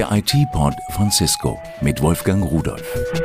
Der IT-Pod von Cisco mit Wolfgang Rudolph.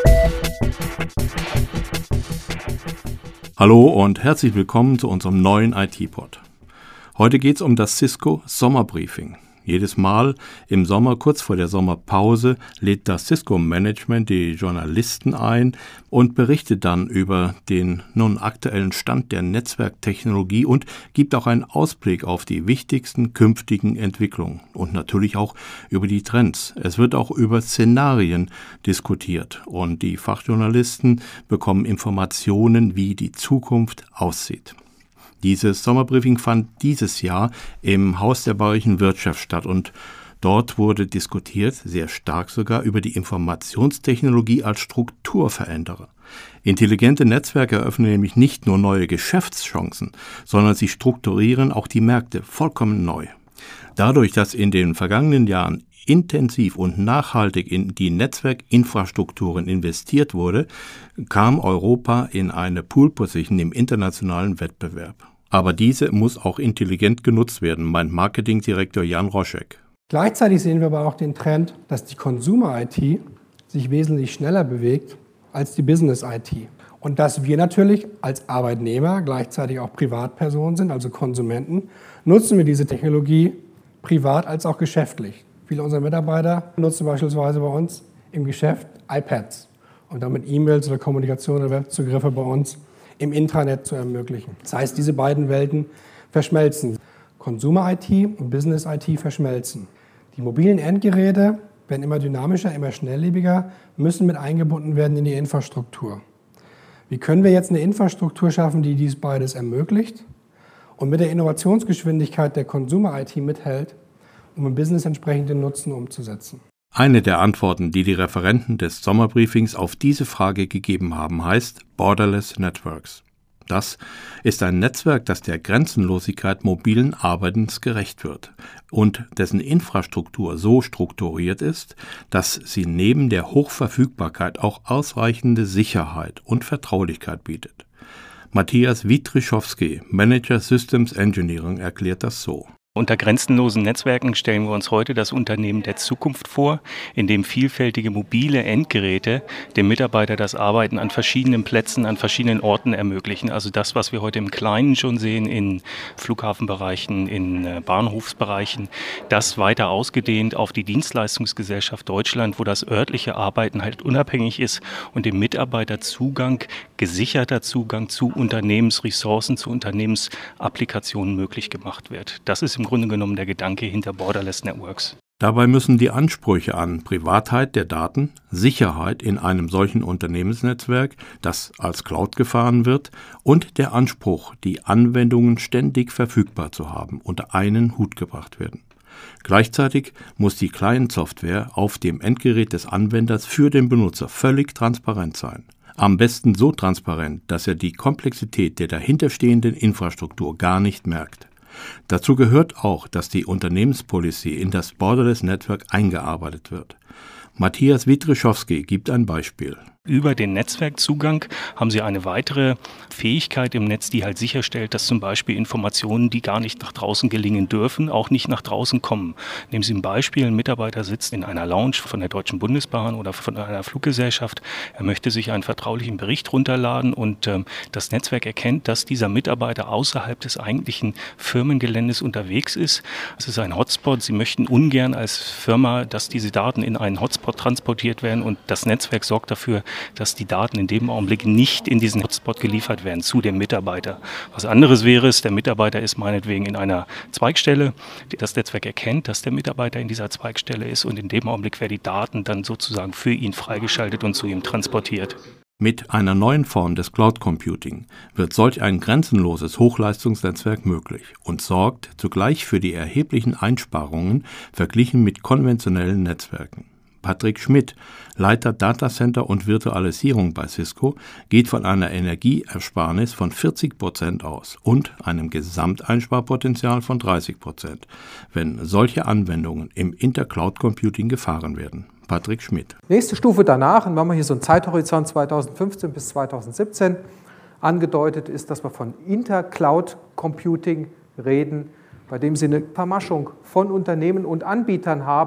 Hallo und herzlich willkommen zu unserem neuen IT-Pod. Heute geht es um das Cisco Sommerbriefing. Jedes Mal im Sommer, kurz vor der Sommerpause, lädt das Cisco-Management die Journalisten ein und berichtet dann über den nun aktuellen Stand der Netzwerktechnologie und gibt auch einen Ausblick auf die wichtigsten künftigen Entwicklungen und natürlich auch über die Trends. Es wird auch über Szenarien diskutiert und die Fachjournalisten bekommen Informationen, wie die Zukunft aussieht. Dieses Sommerbriefing fand dieses Jahr im Haus der Bayerischen Wirtschaft statt und dort wurde diskutiert, sehr stark sogar, über die Informationstechnologie als Strukturveränderer. Intelligente Netzwerke eröffnen nämlich nicht nur neue Geschäftschancen, sondern sie strukturieren auch die Märkte vollkommen neu. Dadurch, dass in den vergangenen Jahren intensiv und nachhaltig in die Netzwerkinfrastrukturen investiert wurde, kam Europa in eine Pole-Position im internationalen Wettbewerb. Aber diese muss auch intelligent genutzt werden, meint Marketingdirektor Jan Roschek. Gleichzeitig sehen wir aber auch den Trend, dass die Consumer-IT sich wesentlich schneller bewegt als die Business-IT. Und dass wir natürlich als Arbeitnehmer gleichzeitig auch Privatpersonen sind, also Konsumenten, nutzen wir diese Technologie privat als auch geschäftlich. Viele unserer Mitarbeiter nutzen beispielsweise bei uns im Geschäft iPads, um damit E-Mails oder Kommunikation oder Webzugriffe bei uns im Intranet zu ermöglichen. Das heißt, diese beiden Welten verschmelzen. Consumer-IT und Business-IT verschmelzen. Die mobilen Endgeräte werden immer dynamischer, immer schnelllebiger, müssen mit eingebunden werden in die Infrastruktur. Wie können wir jetzt eine Infrastruktur schaffen, die dies beides ermöglicht und mit der Innovationsgeschwindigkeit der Consumer-IT mithält, um im Business entsprechend den Nutzen umzusetzen? Eine der Antworten, die die Referenten des Sommerbriefings auf diese Frage gegeben haben, heißt Borderless Networks. Das ist ein Netzwerk, das der Grenzenlosigkeit mobilen Arbeitens gerecht wird und dessen Infrastruktur so strukturiert ist, dass sie neben der Hochverfügbarkeit auch ausreichende Sicherheit und Vertraulichkeit bietet. Matthias Witryszowski, Manager Systems Engineering, erklärt das so. Unter grenzenlosen Netzwerken stellen wir uns heute das Unternehmen der Zukunft vor, in dem vielfältige mobile Endgeräte dem Mitarbeiter das Arbeiten an verschiedenen Plätzen, an verschiedenen Orten ermöglichen. Also das, was wir heute im Kleinen schon sehen, in Flughafenbereichen, in Bahnhofsbereichen, das weiter ausgedehnt auf die Dienstleistungsgesellschaft Deutschland, wo das örtliche Arbeiten halt unabhängig ist und dem Mitarbeiter gesicherter Zugang zu Unternehmensressourcen, zu Unternehmensapplikationen möglich gemacht wird. Das ist im Grunde genommen der Gedanke hinter Borderless Networks. Dabei müssen die Ansprüche an Privatheit der Daten, Sicherheit in einem solchen Unternehmensnetzwerk, das als Cloud gefahren wird, und der Anspruch, die Anwendungen ständig verfügbar zu haben, unter einen Hut gebracht werden. Gleichzeitig muss die Client-Software auf dem Endgerät des Anwenders für den Benutzer völlig transparent sein. Am besten so transparent, dass er die Komplexität der dahinterstehenden Infrastruktur gar nicht merkt. Dazu gehört auch, dass die Unternehmenspolicy in das Borderless Network eingearbeitet wird. Matthias Witryszowski gibt ein Beispiel. Über den Netzwerkzugang haben Sie eine weitere Fähigkeit im Netz, die halt sicherstellt, dass zum Beispiel Informationen, die gar nicht nach draußen gelingen dürfen, auch nicht nach draußen kommen. Nehmen Sie ein Beispiel, ein Mitarbeiter sitzt in einer Lounge von der Deutschen Bundesbahn oder von einer Fluggesellschaft. Er möchte sich einen vertraulichen Bericht runterladen und das Netzwerk erkennt, dass dieser Mitarbeiter außerhalb des eigentlichen Firmengeländes unterwegs ist. Es ist ein Hotspot. Sie möchten ungern als Firma, dass diese Daten in einen Hotspot transportiert werden und das Netzwerk sorgt dafür, dass die Daten in dem Augenblick nicht in diesen Hotspot geliefert werden zu dem Mitarbeiter. Was anderes wäre es, der Mitarbeiter ist meinetwegen in einer Zweigstelle, das Netzwerk erkennt, dass der Mitarbeiter in dieser Zweigstelle ist und in dem Augenblick werden die Daten dann sozusagen für ihn freigeschaltet und zu ihm transportiert. Mit einer neuen Form des Cloud Computing wird solch ein grenzenloses Hochleistungsnetzwerk möglich und sorgt zugleich für die erheblichen Einsparungen verglichen mit konventionellen Netzwerken. Patrick Schmidt, Leiter Datacenter und Virtualisierung bei Cisco, geht von einer Energieersparnis von 40% aus und einem Gesamteinsparpotenzial von 30%, wenn solche Anwendungen im Intercloud Computing gefahren werden. Patrick Schmidt. Nächste Stufe danach, und wenn man hier so einen Zeithorizont 2015 bis 2017 angedeutet ist, dass wir von Intercloud Computing reden, bei dem Sie eine Vermaschung von Unternehmen und Anbietern haben,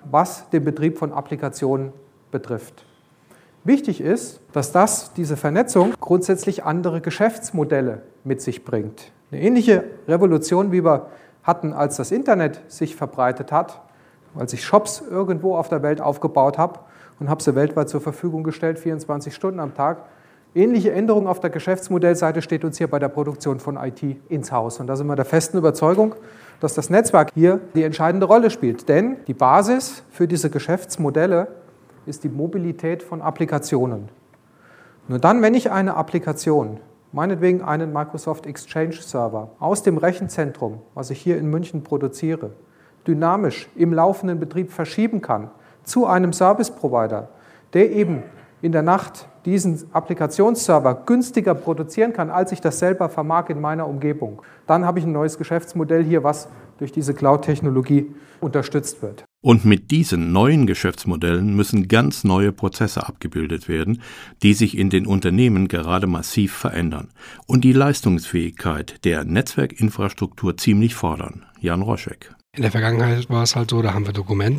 was den Betrieb von Applikationen betrifft. Wichtig ist, dass diese Vernetzung grundsätzlich andere Geschäftsmodelle mit sich bringt. Eine ähnliche Revolution, wie wir hatten, als das Internet sich verbreitet hat, als ich Shops irgendwo auf der Welt aufgebaut habe und habe sie weltweit zur Verfügung gestellt, 24 Stunden am Tag. Ähnliche Änderungen auf der Geschäftsmodellseite steht uns hier bei der Produktion von IT ins Haus. Und da sind wir der festen Überzeugung, dass das Netzwerk hier die entscheidende Rolle spielt. Denn die Basis für diese Geschäftsmodelle ist die Mobilität von Applikationen. Nur dann, wenn ich eine Applikation, meinetwegen einen Microsoft Exchange Server, aus dem Rechenzentrum, was ich hier in München produziere, dynamisch im laufenden Betrieb verschieben kann, zu einem Service Provider, der eben in der Nacht diesen Applikationsserver günstiger produzieren kann, als ich das selber vermag in meiner Umgebung, dann habe ich ein neues Geschäftsmodell hier, was durch diese Cloud-Technologie unterstützt wird. Und mit diesen neuen Geschäftsmodellen müssen ganz neue Prozesse abgebildet werden, die sich in den Unternehmen gerade massiv verändern und die Leistungsfähigkeit der Netzwerkinfrastruktur ziemlich fordern. Jan Roschek. In der Vergangenheit war es halt so, da haben wir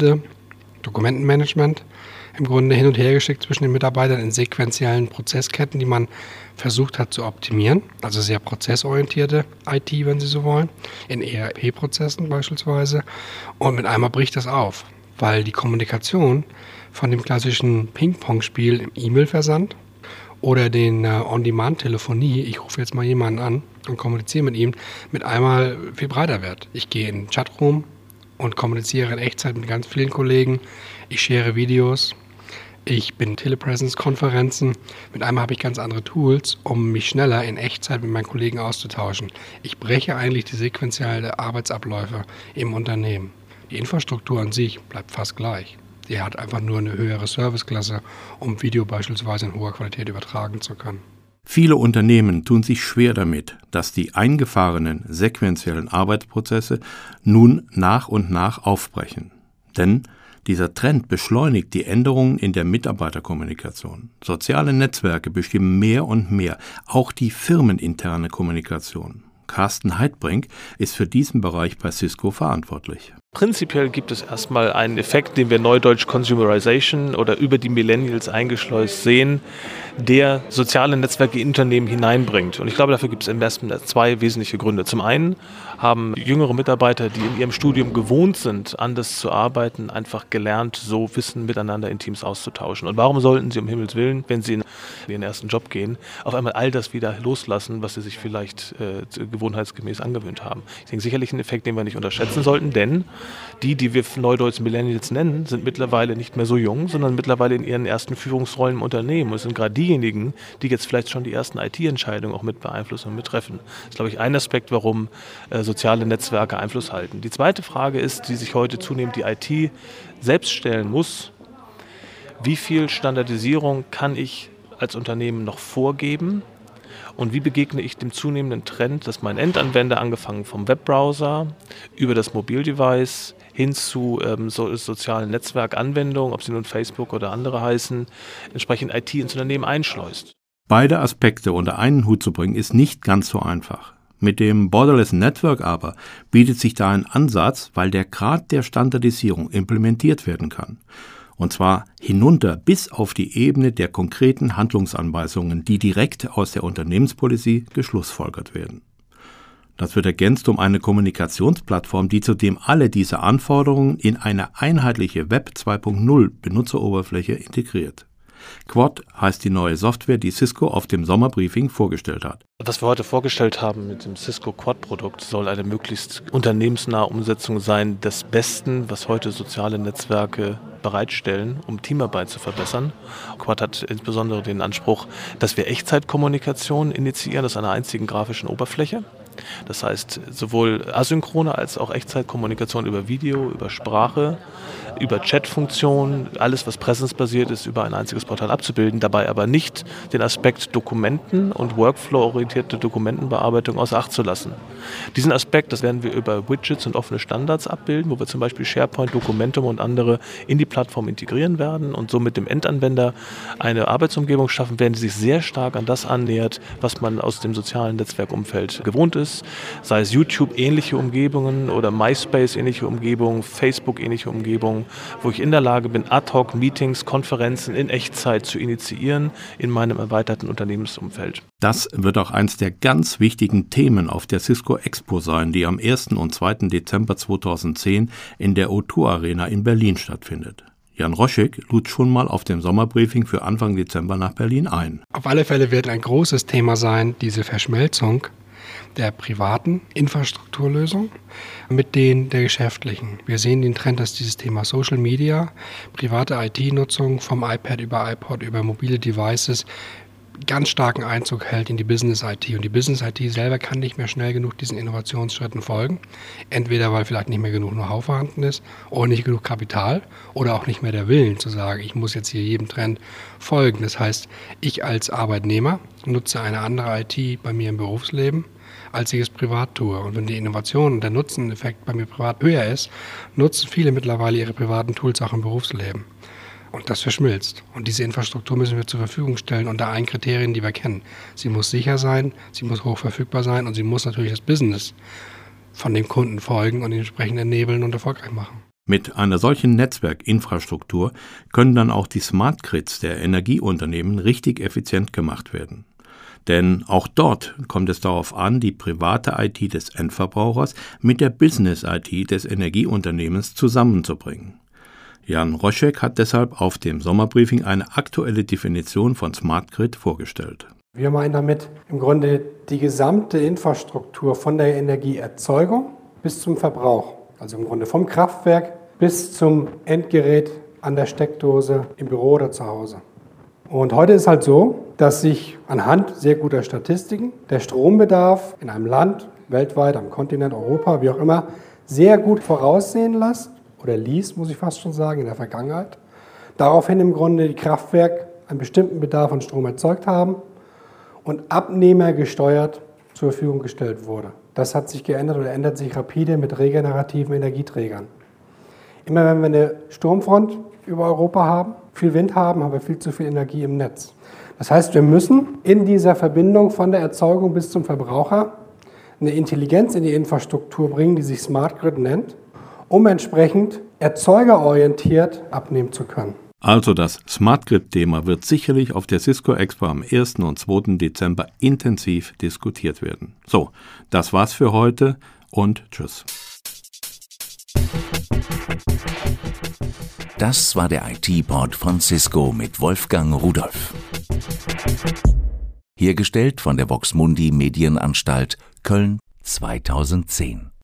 Dokumentenmanagement im Grunde hin und her geschickt zwischen den Mitarbeitern in sequentiellen Prozessketten, die man versucht hat zu optimieren, also sehr prozessorientierte IT, wenn Sie so wollen, in ERP-Prozessen beispielsweise. Und mit einmal bricht das auf, weil die Kommunikation von dem klassischen Ping-Pong-Spiel im E-Mail-Versand oder den On-Demand-Telefonie, ich rufe jetzt mal jemanden an und kommuniziere mit ihm, mit einmal viel breiter wird. Ich gehe in den Chatroom und kommuniziere in Echtzeit mit ganz vielen Kollegen, ich share Videos, ich bin Telepresence-Konferenzen. Mit einmal habe ich ganz andere Tools, um mich schneller in Echtzeit mit meinen Kollegen auszutauschen. Ich breche eigentlich die sequentiellen Arbeitsabläufe im Unternehmen. Die Infrastruktur an sich bleibt fast gleich. Die hat einfach nur eine höhere Serviceklasse, um Video beispielsweise in hoher Qualität übertragen zu können. Viele Unternehmen tun sich schwer damit, dass die eingefahrenen sequentiellen Arbeitsprozesse nun nach und nach aufbrechen. Denn dieser Trend beschleunigt die Änderungen in der Mitarbeiterkommunikation. Soziale Netzwerke bestimmen mehr und mehr, auch die firmeninterne Kommunikation. Carsten Heidbrink ist für diesen Bereich bei Cisco verantwortlich. Prinzipiell gibt es erstmal einen Effekt, den wir neudeutsch Consumerization oder über die Millennials eingeschleust sehen, der soziale Netzwerke in Unternehmen hineinbringt. Und ich glaube, dafür gibt es im besten zwei wesentliche Gründe. Zum einen haben jüngere Mitarbeiter, die in ihrem Studium gewohnt sind, anders zu arbeiten, einfach gelernt, so Wissen miteinander in Teams auszutauschen. Und warum sollten sie um Himmels Willen, wenn sie in ihren ersten Job gehen, auf einmal all das wieder loslassen, was sie sich vielleicht gewohnheitsgemäß angewöhnt haben? Ich denke, sicherlich ein Effekt, den wir nicht unterschätzen sollten, denn die wir neudeutsch Millennials nennen, sind mittlerweile nicht mehr so jung, sondern mittlerweile in ihren ersten Führungsrollen im Unternehmen. Und es sind gerade diejenigen, die jetzt vielleicht schon die ersten IT-Entscheidungen auch mit beeinflussen und mittreffen. Das ist, glaube ich, ein Aspekt, warum soziale Netzwerke Einfluss halten. Die zweite Frage ist, die sich heute zunehmend die IT selbst stellen muss: Wie viel Standardisierung kann ich als Unternehmen noch vorgeben? Und wie begegne ich dem zunehmenden Trend, dass mein Endanwender, angefangen vom Webbrowser über das Mobildevice hin zu sozialen Netzwerkanwendungen, ob sie nun Facebook oder andere heißen, entsprechend IT ins Unternehmen einschleust? Beide Aspekte unter einen Hut zu bringen, ist nicht ganz so einfach. Mit dem Borderless Network aber bietet sich da ein Ansatz, weil der Grad der Standardisierung implementiert werden kann. Und zwar hinunter bis auf die Ebene der konkreten Handlungsanweisungen, die direkt aus der Unternehmenspolicy geschlussfolgert werden. Das wird ergänzt um eine Kommunikationsplattform, die zudem alle diese Anforderungen in eine einheitliche Web 2.0 Benutzeroberfläche integriert. Quad heißt die neue Software, die Cisco auf dem Sommerbriefing vorgestellt hat. Was wir heute vorgestellt haben mit dem Cisco Quad-Produkt, soll eine möglichst unternehmensnahe Umsetzung sein des Besten, was heute soziale Netzwerke bereitstellen, um Teamarbeit zu verbessern. Quad hat insbesondere den Anspruch, dass wir Echtzeitkommunikation initiieren, das einer einzigen grafischen Oberfläche. Das heißt, sowohl asynchrone als auch Echtzeitkommunikation über Video, über Sprache, über Chatfunktionen, alles was präsenzbasiert ist, über ein einziges Portal abzubilden, dabei aber nicht den Aspekt Dokumenten und Workflow-orientierte Dokumentenbearbeitung außer Acht zu lassen. Diesen Aspekt, das werden wir über Widgets und offene Standards abbilden, wo wir zum Beispiel SharePoint, Dokumentum und andere in die Plattform integrieren werden und so mit dem Endanwender eine Arbeitsumgebung schaffen werden, die sich sehr stark an das annähert, was man aus dem sozialen Netzwerkumfeld gewohnt ist. Unternehmens, sei es YouTube-ähnliche Umgebungen oder MySpace-ähnliche Umgebungen, Facebook-ähnliche Umgebungen, wo ich in der Lage bin, Ad-Hoc-Meetings, Konferenzen in Echtzeit zu initiieren in meinem erweiterten Unternehmensumfeld. Das wird auch eins der ganz wichtigen Themen auf der Cisco Expo sein, die am 1. und 2. Dezember 2010 in der O2 Arena in Berlin stattfindet. Jan Roschek lud schon mal auf dem Sommerbriefing für Anfang Dezember nach Berlin ein. Auf alle Fälle wird ein großes Thema sein, diese Verschmelzung der privaten Infrastrukturlösung mit denen der geschäftlichen. Wir sehen den Trend, dass dieses Thema Social Media, private IT-Nutzung vom iPad über iPod über mobile Devices ganz starken Einzug hält in die Business-IT. Und die Business-IT selber kann nicht mehr schnell genug diesen Innovationsschritten folgen. Entweder weil vielleicht nicht mehr genug Know-how vorhanden ist oder nicht genug Kapital oder auch nicht mehr der Willen zu sagen, ich muss jetzt hier jedem Trend folgen. Das heißt, ich als Arbeitnehmer nutze eine andere IT bei mir im Berufsleben, als ich es privat tue. Und wenn die Innovation und der Nutzeneffekt bei mir privat höher ist, nutzen viele mittlerweile ihre privaten Tools auch im Berufsleben. Und das verschmilzt. Und diese Infrastruktur müssen wir zur Verfügung stellen unter allen Kriterien, die wir kennen. Sie muss sicher sein, sie muss hoch verfügbar sein und sie muss natürlich das Business von dem Kunden folgen und entsprechend enablen und erfolgreich machen. Mit einer solchen Netzwerkinfrastruktur können dann auch die Smart Grids der Energieunternehmen richtig effizient gemacht werden. Denn auch dort kommt es darauf an, die private IT des Endverbrauchers mit der Business-IT des Energieunternehmens zusammenzubringen. Jan Roschek hat deshalb auf dem Sommerbriefing eine aktuelle Definition von Smart Grid vorgestellt. Wir meinen damit im Grunde die gesamte Infrastruktur von der Energieerzeugung bis zum Verbrauch. Also im Grunde vom Kraftwerk bis zum Endgerät an der Steckdose im Büro oder zu Hause. Und heute ist halt so, dass sich anhand sehr guter Statistiken der Strombedarf in einem Land, weltweit, am Kontinent, Europa, wie auch immer, sehr gut voraussehen lässt. Oder ließ, muss ich fast schon sagen, in der Vergangenheit. Daraufhin im Grunde die Kraftwerke einen bestimmten Bedarf an Strom erzeugt haben und abnehmergesteuert zur Verfügung gestellt wurde. Das hat sich geändert oder ändert sich rapide mit regenerativen Energieträgern. Immer wenn wir eine Sturmfront über Europa haben, viel Wind haben, haben wir viel zu viel Energie im Netz. Das heißt, wir müssen in dieser Verbindung von der Erzeugung bis zum Verbraucher eine Intelligenz in die Infrastruktur bringen, die sich Smart Grid nennt, um entsprechend erzeugerorientiert abnehmen zu können. Also das Smart Grid-Thema wird sicherlich auf der Cisco Expo am 1. und 2. Dezember intensiv diskutiert werden. So, das war's für heute und tschüss. Das war der IT-Pod von Cisco mit Wolfgang Rudolph. Hergestellt von der Vox Mundi Medienanstalt Köln 2010.